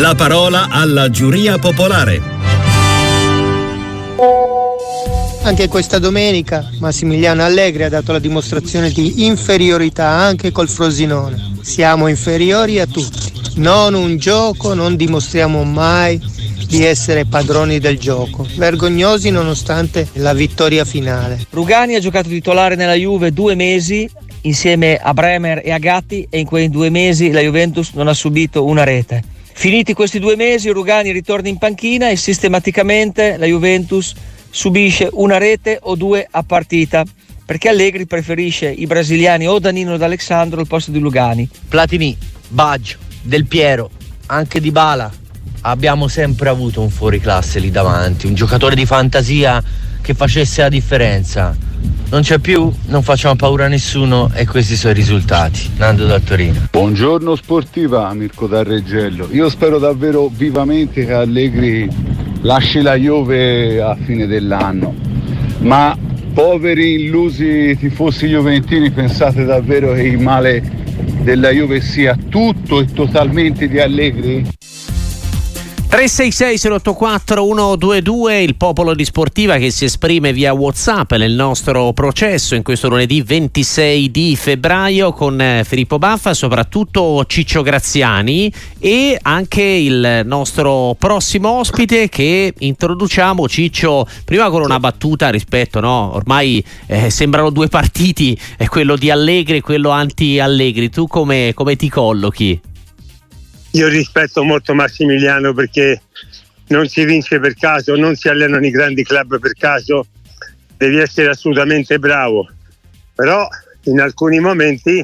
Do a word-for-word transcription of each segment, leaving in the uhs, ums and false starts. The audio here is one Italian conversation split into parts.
La parola alla giuria popolare. Anche questa domenica Massimiliano Allegri ha dato la dimostrazione di inferiorità anche col Frosinone. Siamo inferiori a tutti. Non un gioco, non dimostriamo mai di essere padroni del gioco. Vergognosi nonostante la vittoria finale. Rugani ha giocato titolare nella Juve due mesi insieme a Bremer e a Gatti, e in quei due mesi la Juventus non ha subito una rete. Finiti questi due mesi, Rugani ritorna in panchina e sistematicamente la Juventus subisce una rete o due a partita, perché Allegri preferisce i brasiliani o Danilo D'Alessandro al posto di Rugani. Platini, Baggio, Del Piero, anche Dybala, abbiamo sempre avuto un fuoriclasse lì davanti, un giocatore di fantasia che facesse la differenza. Non c'è più, non facciamo paura a nessuno e questi sono i risultati. Nando da Torino. Buongiorno Sportiva, Mirko da Reggello. Io spero davvero vivamente che Allegri lasci la Juve a fine dell'anno, ma poveri illusi tifosi juventini, pensate davvero che il male della Juve sia tutto e totalmente di Allegri? tre sei sei sei otto quattro uno due due, il popolo di Sportiva che si esprime via WhatsApp nel nostro processo in questo lunedì ventisei di febbraio con Filippo Baffa, soprattutto Ciccio Graziani e anche il nostro prossimo ospite che introduciamo. Ciccio, prima con una battuta rispetto, no? Ormai eh, sembrano due partiti, è quello di Allegri e quello anti-Allegri. Tu come, come ti collochi? Io rispetto molto Massimiliano perché non si vince per caso, non si allenano i grandi club per caso, devi essere assolutamente bravo, però in alcuni momenti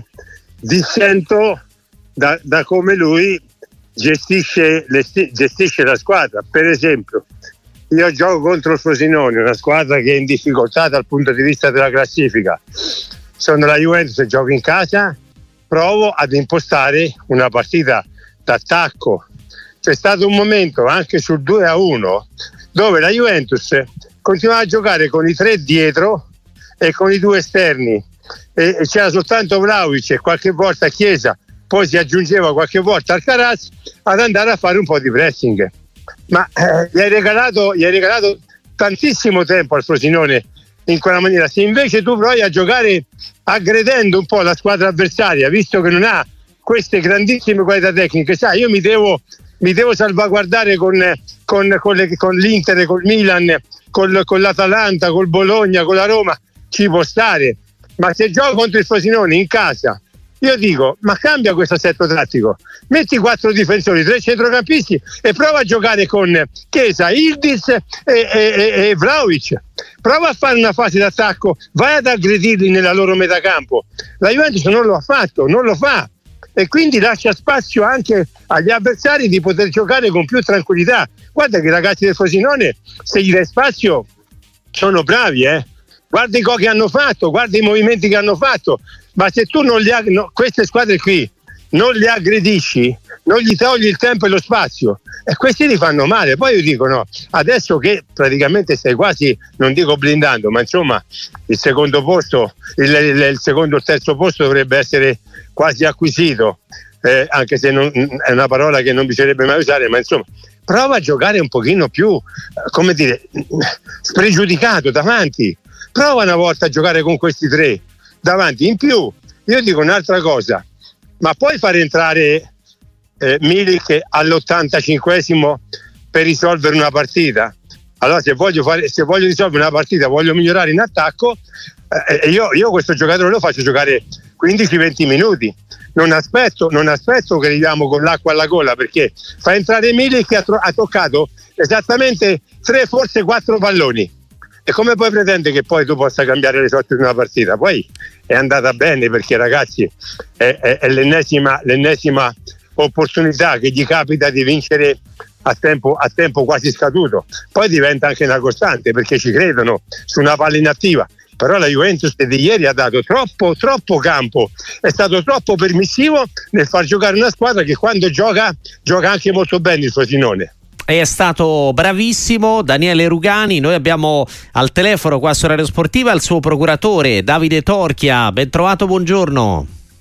dissento da, da come lui gestisce, le, gestisce la squadra. Per esempio, io gioco contro il Frosinone, una squadra che è in difficoltà dal punto di vista della classifica, sono la Juventus e gioco in casa, provo ad impostare una partita d'attacco. C'è stato un momento anche sul due a uno dove la Juventus continuava a giocare con i tre dietro e con i due esterni e, e c'era soltanto Vlahovic e qualche volta Chiesa, poi si aggiungeva qualche volta Alcaraz ad andare a fare un po' di pressing, ma eh, gli hai regalato, gli hai regalato tantissimo tempo al Frosinone in quella maniera. Se invece tu provi a giocare aggredendo un po' la squadra avversaria, visto che non ha queste grandissime qualità tecniche, sai, io mi devo, mi devo salvaguardare con, con, con, le, con l'Inter, col Milan, col, con l'Atalanta, col Bologna, con la Roma, ci può stare, ma se gioco contro il Frosinone in casa, io dico, ma cambia questo assetto tattico, metti quattro difensori, tre centrocampisti e prova a giocare con Chiesa, Yildiz e, e, e, e Vlahovic, prova a fare una fase d'attacco, vai ad aggredirli nella loro metacampo. La Juventus non lo ha fatto, non lo fa, e quindi lascia spazio anche agli avversari di poter giocare con più tranquillità. Guarda che i ragazzi del Frosinone, se gli dai spazio, sono bravi, eh? Guarda i gol che hanno fatto, guarda i movimenti che hanno fatto, ma se tu non li ag- no, queste squadre qui non le aggredisci, non gli togli il tempo e lo spazio, e questi li fanno male. Poi io dico, no, adesso che praticamente stai quasi, non dico blindando, ma insomma il secondo posto, il, il, il secondo o il terzo posto dovrebbe essere quasi acquisito, eh, anche se non, è una parola che non bisognerebbe mai usare, ma insomma prova a giocare un pochino più, come dire, spregiudicato davanti, prova una volta a giocare con questi tre davanti. In più io dico un'altra cosa, ma puoi far entrare eh, Milik all'ottantacinquesimo per risolvere una partita? Allora se voglio, fare, se voglio risolvere una partita, voglio migliorare in attacco, eh, io, io questo giocatore lo faccio giocare quindici venti minuti, non aspetto, non aspetto che arriviamo con l'acqua alla gola, perché fa entrare Milik che ha, tro- ha toccato esattamente tre, forse quattro palloni, e come puoi pretendere che poi tu possa cambiare le sorti di una partita? Poi è andata bene perché ragazzi è, è, è l'ennesima, l'ennesima opportunità che gli capita di vincere a tempo, a tempo quasi scaduto, poi diventa anche una costante perché ci credono su una palla inattiva. Però la Juventus di ieri ha dato troppo, troppo campo, è stato troppo permissivo nel far giocare una squadra che quando gioca, gioca anche molto bene il Frosinone. È stato bravissimo Daniele Rugani. Noi abbiamo al telefono qua su Radio Sportiva il suo procuratore Davide Torchia. Ben trovato, buongiorno.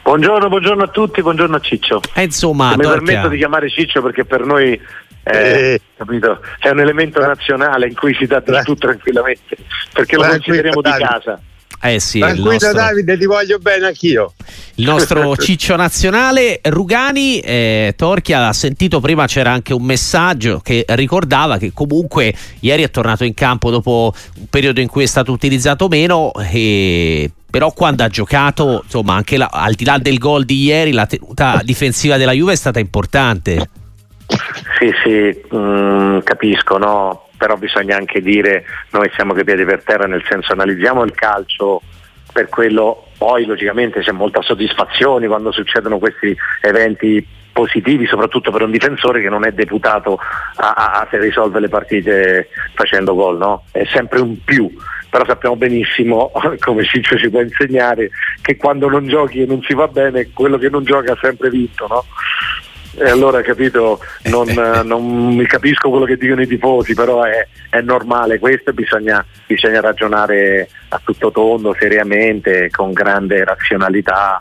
Buongiorno, buongiorno a tutti, buongiorno a Ciccio. Eh, insomma, mi Torchia, permetto di chiamare Ciccio perché per noi eh, capito, è un elemento nazionale in cui si dà del tutto tranquillamente, perché lo consideriamo di casa. Eh sì, Tranquillo nostro... Davide, ti voglio bene anch'io. Il nostro Ciccio nazionale. Rugani, eh, Torchia ha sentito prima, c'era anche un messaggio che ricordava che comunque ieri è tornato in campo dopo un periodo in cui è stato utilizzato meno, e però quando ha giocato, insomma, anche la, al di là del gol di ieri, la tenuta difensiva della Juve è stata importante. Sì, sì, mh, capisco, no? Però bisogna anche dire, noi siamo coi piedi per terra, nel senso, analizziamo il calcio per quello, poi logicamente c'è molta soddisfazione quando succedono questi eventi positivi, soprattutto per un difensore che non è deputato a, a, a risolvere le partite facendo gol, no? È sempre un più, però sappiamo benissimo, come Ciccio ci può insegnare, che quando non giochi e non si va bene, quello che non gioca ha sempre vinto, no? E allora, capito, non, non mi capisco quello che dicono i tifosi, però è, è normale questo, bisogna, bisogna ragionare a tutto tondo, seriamente, con grande razionalità,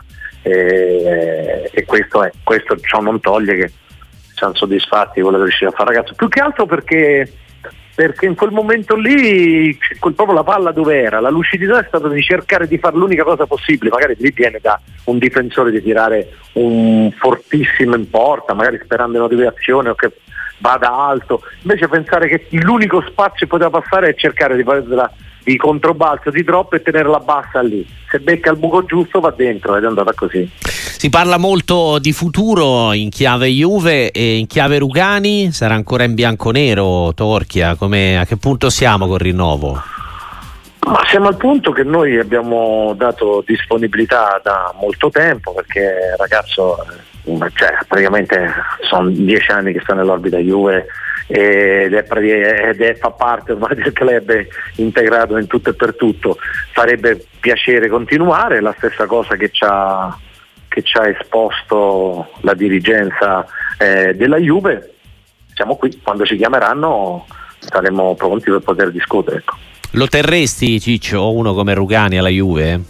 e, e questo è, questo ciò non toglie che siamo soddisfatti di quello che riusciamo a fare, ragazzi, più che altro perché perché in quel momento lì quel, proprio la palla dove era, la lucidità è stata di cercare di fare l'unica cosa possibile, magari lì viene da un difensore di tirare un fortissimo in porta, magari sperando in una deviazione o che vada alto, invece pensare che l'unico spazio che poteva passare è cercare di fare della, di controbalzo di troppo e tenerla bassa lì, se becca il buco giusto va dentro, ed è andata così. Si parla molto di futuro in chiave Juve e in chiave Rugani, sarà ancora in bianconero, Torchia, come, a che punto siamo col rinnovo? Ma siamo al punto che noi abbiamo dato disponibilità da molto tempo, perché il ragazzo, cioè, praticamente sono dieci anni che sta nell'orbita Juve ed è, ed è fa parte ormai del club integrato in tutto e per tutto. Farebbe piacere continuare, la stessa cosa che ci ha che ci ha esposto la dirigenza eh, della Juve. Siamo qui, quando ci chiameranno saremo pronti per poter discutere, ecco. Lo terresti, Ciccio, uno come Rugani alla Juve?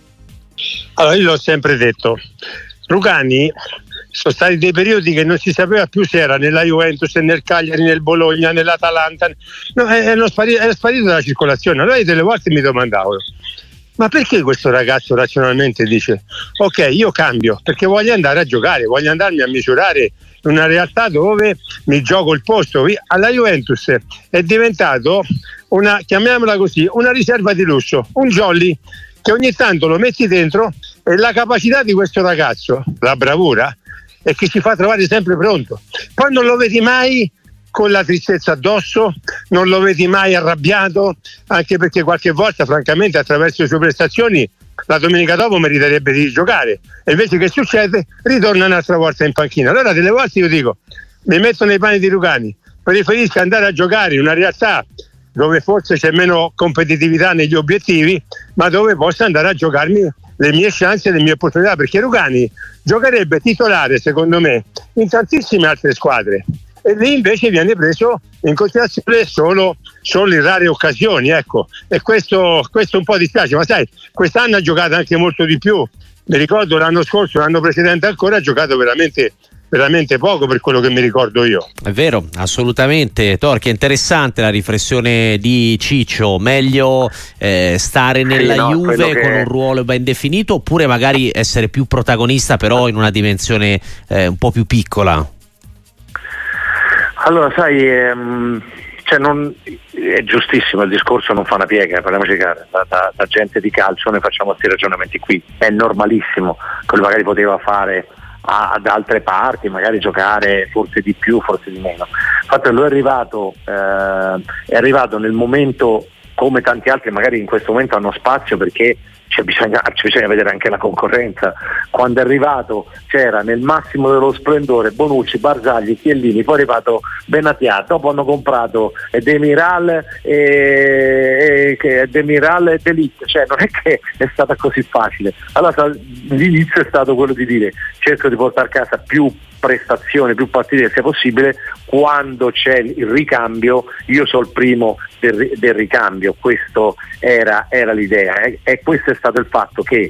Allora, io l'ho sempre detto, Rugani, sono stati dei periodi che non si sapeva più se era nella Juventus, nel Cagliari, nel Bologna, nell'Atalanta, no, è, è, sparito, è sparito dalla circolazione. Allora io delle volte mi domandavo, ma perché questo ragazzo razionalmente dice ok, io cambio perché voglio andare a giocare, voglio andarmi a misurare in una realtà dove mi gioco il posto. Alla Juventus è diventato una, chiamiamola così, una riserva di lusso, un jolly che ogni tanto lo metti dentro, e la capacità di questo ragazzo, la bravura, è che si fa trovare sempre pronto. Poi non lo vedi mai con la tristezza addosso, non lo vedi mai arrabbiato, anche perché qualche volta francamente attraverso le sue prestazioni la domenica dopo meriterebbe di giocare, e invece che succede? Ritorna un'altra volta in panchina. Allora delle volte io dico, mi metto nei panni di Rugani, preferisco andare a giocare in una realtà dove forse c'è meno competitività negli obiettivi, ma dove posso andare a giocarmi le mie chance e le mie opportunità, perché Rugani giocherebbe titolare secondo me in tantissime altre squadre, e lì invece viene preso in considerazione solo, solo in rare occasioni, ecco, e questo, questo un po' dispiace, ma sai, quest'anno ha giocato anche molto di più. Mi ricordo l'anno scorso, l'anno precedente ancora, ha giocato veramente veramente poco per quello che mi ricordo io. È vero, assolutamente. Torchia, interessante la riflessione di Ciccio, meglio eh, stare nella sì, no, Juve con un ruolo ben definito, oppure magari essere più protagonista però in una dimensione eh, un po' più piccola? Allora, sai, ehm, cioè non, è giustissimo il discorso, non fa una piega, parliamoci chiaro, da, da, da gente di calcio noi facciamo questi ragionamenti qui, è normalissimo, quello magari poteva fare a, ad altre parti, magari giocare forse di più, forse di meno. Infatti lui è arrivato, eh, è arrivato nel momento, come tanti altri magari in questo momento hanno spazio, perché C'è bisogna, c'è bisogna vedere anche la concorrenza. Quando è arrivato c'era nel massimo dello splendore Bonucci, Barzagli, Chiellini, poi è arrivato Benatia, dopo hanno comprato Demiral e, e Demiral e D'Elite, cioè non è che è stata così facile. Allora l'inizio è stato quello di dire cerco di portare a casa più prestazioni, più partite che sia possibile, quando c'è il ricambio io sono il primo del, del ricambio. Questo era, era l'idea, e, e questo è stato il fatto che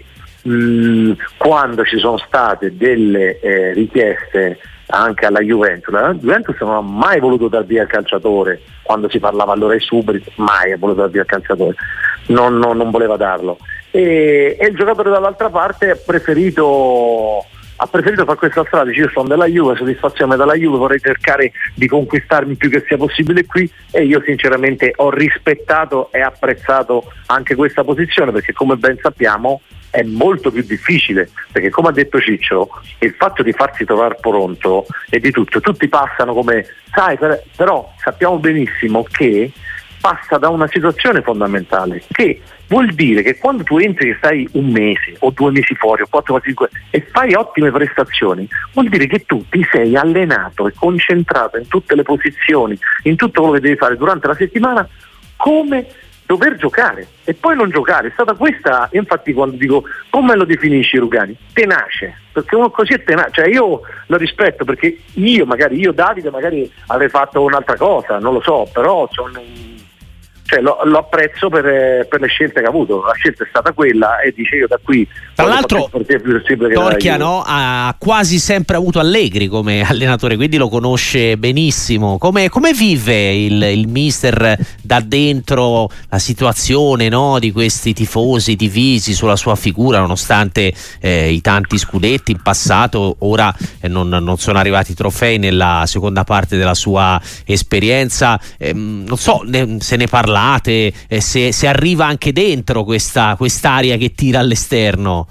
mh, quando ci sono state delle eh, richieste anche alla Juventus, la Juventus non ha mai voluto dar via il calciatore, quando si parlava allora di Subri, mai ha voluto dar via il calciatore, non, non, non voleva darlo, e, e il giocatore dall'altra parte ha preferito ha preferito fare questa strada, dice io sono della Juve, soddisfazione dalla Juve, vorrei cercare di conquistarmi il più che sia possibile qui, e io sinceramente ho rispettato e apprezzato anche questa posizione, perché come ben sappiamo è molto più difficile, perché come ha detto Ciccio, il fatto di farsi trovare pronto e di tutto, tutti passano come, sai, però sappiamo benissimo che passa da una situazione fondamentale, che vuol dire che quando tu entri e stai un mese o due mesi fuori o quattro o cinque e fai ottime prestazioni, vuol dire che tu ti sei allenato e concentrato in tutte le posizioni, in tutto quello che devi fare durante la settimana, come dover giocare e poi non giocare. È stata questa, infatti quando dico come lo definisci Rugani? Tenace, perché uno così è tenace, cioè io lo rispetto, perché io magari io Davide magari avrei fatto un'altra cosa, non lo so, però sono Cioè, lo, lo apprezzo per, per le scelte che ha avuto. La scelta è stata quella, e dice io da qui, tra l'altro Torchia, no, ha quasi sempre avuto Allegri come allenatore, quindi lo conosce benissimo. Come, come vive il, il mister da dentro la situazione, no, di questi tifosi divisi sulla sua figura, nonostante eh, i tanti scudetti in passato? Ora eh, non, non sono arrivati trofei nella seconda parte della sua esperienza, eh, non so ne, se ne parlate, eh, se, se arriva anche dentro questa quest'aria che tira all'esterno.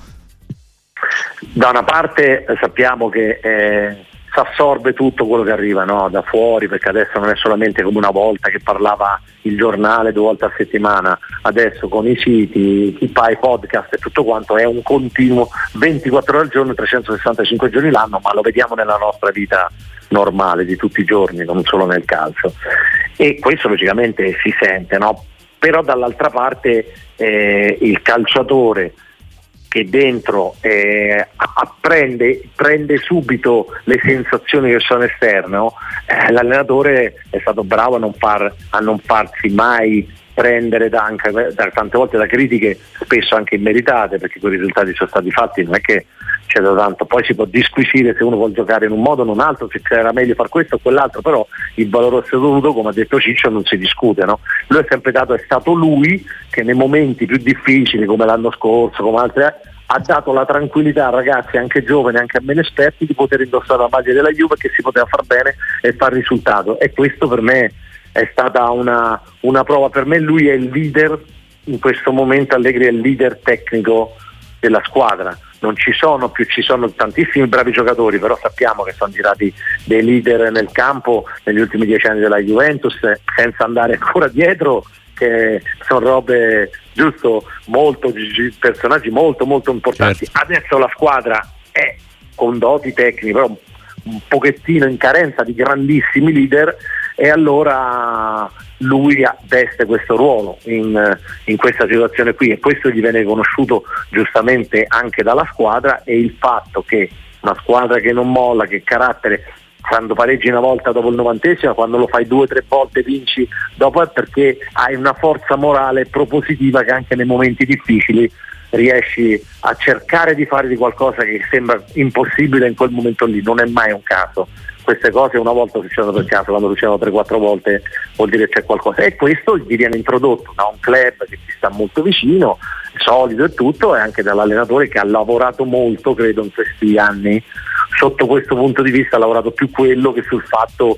Da una parte eh, sappiamo che eh, si assorbe tutto quello che arriva, no, da fuori, perché adesso non è solamente come una volta che parlava il giornale due volte a settimana, adesso con i siti, i podcast e tutto quanto è un continuo ventiquattro ore al giorno, trecentosessantacinque giorni l'anno, ma lo vediamo nella nostra vita normale di tutti i giorni, non solo nel calcio, e questo logicamente si sente, no? Però dall'altra parte eh, il calciatore che dentro eh, apprende, prende subito le sensazioni che sono esterne, no? eh, l'allenatore è stato bravo a non, far, a non farsi mai prendere da, anche, da tante volte da critiche, spesso anche immeritate, perché quei risultati sono stati fatti, non è che c'è da tanto, poi si può disquisire se uno vuole giocare in un modo o in un altro, se era meglio far questo o quell'altro, però il valore assoluto, come ha detto Ciccio, non si discute, no? Lui è sempre dato, è stato lui che nei momenti più difficili, come l'anno scorso, come altre, ha dato la tranquillità a ragazzi anche giovani, anche a meno esperti, di poter indossare la maglia della Juve, che si poteva far bene e far risultato, e questo per me è stata una, una prova. Per me lui è il leader in questo momento, Allegri è il leader tecnico della squadra. Non ci sono più, ci sono tantissimi bravi giocatori, però sappiamo che sono girati dei leader nel campo negli ultimi dieci anni della Juventus, senza andare ancora dietro, che sono robe, giusto, molto, personaggi molto molto importanti. Certo. Adesso la squadra è con doti tecniche, però un pochettino in carenza di grandissimi leader, e allora lui veste questo ruolo in, in questa situazione qui, e questo gli viene riconosciuto giustamente anche dalla squadra. E il fatto che una squadra che non molla, che carattere, quando pareggi una volta dopo il novantesimo, quando lo fai due o tre volte vinci dopo, è perché hai una forza morale propositiva che anche nei momenti difficili riesci a cercare di fare di qualcosa che sembra impossibile in quel momento lì. Non è mai un caso. Queste cose una volta succedono per caso, quando succedono tre quattro volte vuol dire che c'è qualcosa, e questo gli viene introdotto da un club che ci sta molto vicino, solido e tutto, e anche dall'allenatore che ha lavorato molto, credo, in questi anni. Sotto questo punto di vista ha lavorato più quello che sul fatto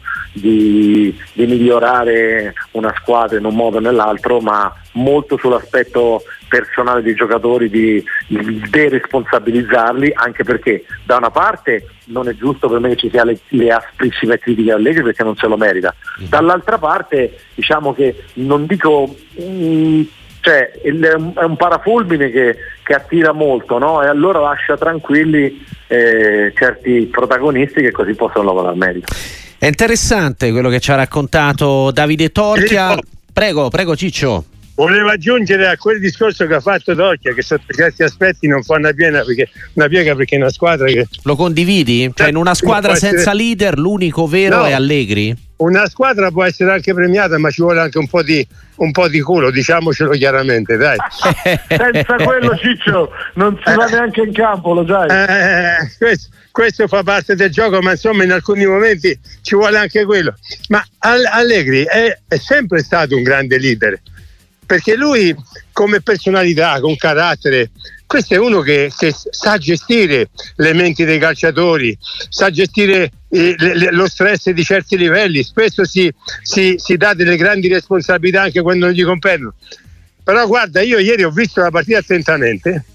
di, di migliorare una squadra in un modo o nell'altro, ma molto sull'aspetto personale dei giocatori, di, di deresponsabilizzarli, anche perché da una parte non è giusto per me che ci sia le, le asprissime critiche a Allegri, perché non se lo merita, dall'altra parte diciamo che non dico mh, cioè è un parafulmine che, che attira molto, no? E allora lascia tranquilli eh, certi protagonisti che così possono lavorare meglio. È interessante quello che ci ha raccontato Davide Torchia. Prego, prego Ciccio. Volevo aggiungere a quel discorso che ha fatto Torchia, che sotto certi aspetti non fa una piega, perché una piega perché è una squadra che... Lo condividi? Cioè in una squadra senza leader l'unico vero no. è Allegri? una squadra può essere anche premiata, ma ci vuole anche un po' di un po' di culo, diciamocelo chiaramente, dai. Senza quello, Ciccio, non si va neanche in campo, lo sai. Eh, questo, questo fa parte del gioco, ma insomma in alcuni momenti ci vuole anche quello. Ma Allegri è, è sempre stato un grande leader, perché lui come personalità, con carattere, questo è uno che, che sa gestire le menti dei calciatori, sa gestire eh, le, lo stress di certi livelli, spesso si, si, si dà delle grandi responsabilità anche quando non gli competono. Però guarda, io ieri ho visto la partita attentamente,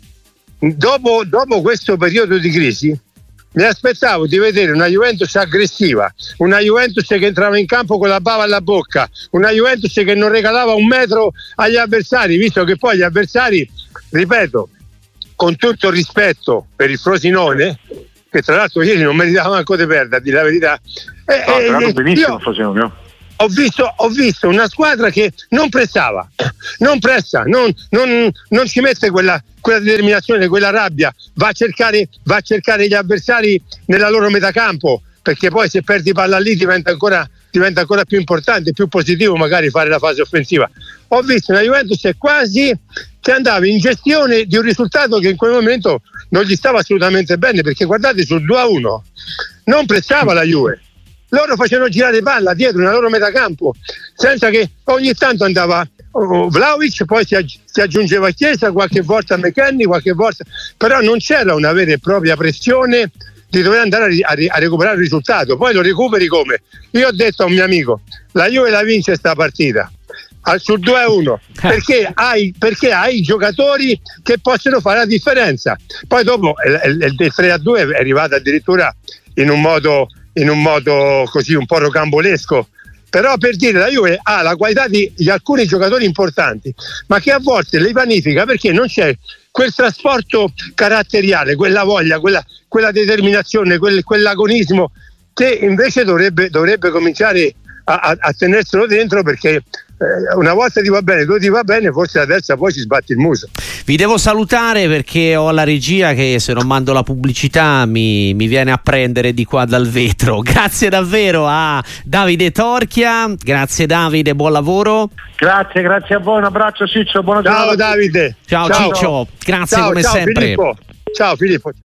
dopo, dopo questo periodo di crisi mi aspettavo di vedere una Juventus aggressiva, una Juventus che entrava in campo con la bava alla bocca, una Juventus che non regalava un metro agli avversari, visto che poi gli avversari, ripeto, con tutto il rispetto per il Frosinone, che tra l'altro ieri non meritava manco di perdere, a dire la verità. No, eh, benissimo, Frosinone. Ho visto, ho visto una squadra che non pressava, non pressa, non, non, non ci mette quella, quella determinazione, quella rabbia, va a cercare, va a cercare gli avversari nella loro metacampo, perché poi se perdi palla lì diventa ancora, diventa ancora più importante, più positivo magari fare la fase offensiva. Ho visto una Juventus quasi che andava in gestione di un risultato che in quel momento non gli stava assolutamente bene, perché guardate, sul due a uno non pressava la Juve, loro facevano girare palla dietro nella loro metacampo, senza che ogni tanto andava oh, Vlahovic, poi si, aggi- si aggiungeva Chiesa, qualche volta McKennie, qualche volta, però non c'era una vera e propria pressione di dover andare a, ri- a, ri- a recuperare il risultato. Poi lo recuperi come? Io ho detto a un mio amico, la Juve la vince sta partita al sul due a uno perché hai, perché hai giocatori che possono fare la differenza. Poi dopo il, il, il tre a due è arrivato addirittura in un modo in un modo così un po' rocambolesco, però per dire, la Juve ha la qualità di, di alcuni giocatori importanti, ma che a volte li vanifica perché non c'è quel trasporto caratteriale, quella voglia, quella, quella determinazione, quel, quell'agonismo che invece dovrebbe, dovrebbe cominciare a, a, a tenerselo dentro, perché eh, una volta ti va bene, due ti va bene, forse la terza poi ci sbatti il muso. Vi devo salutare perché ho la regia che, se non mando la pubblicità, mi, mi viene a prendere di qua dal vetro. Grazie davvero a Davide Torchia, grazie Davide, buon lavoro. Grazie, grazie a voi, un abbraccio Ciccio, buona ciao giornata. Davide. Ciao, ciao Ciccio, grazie, ciao, come ciao, sempre. Filippo. Ciao Filippo.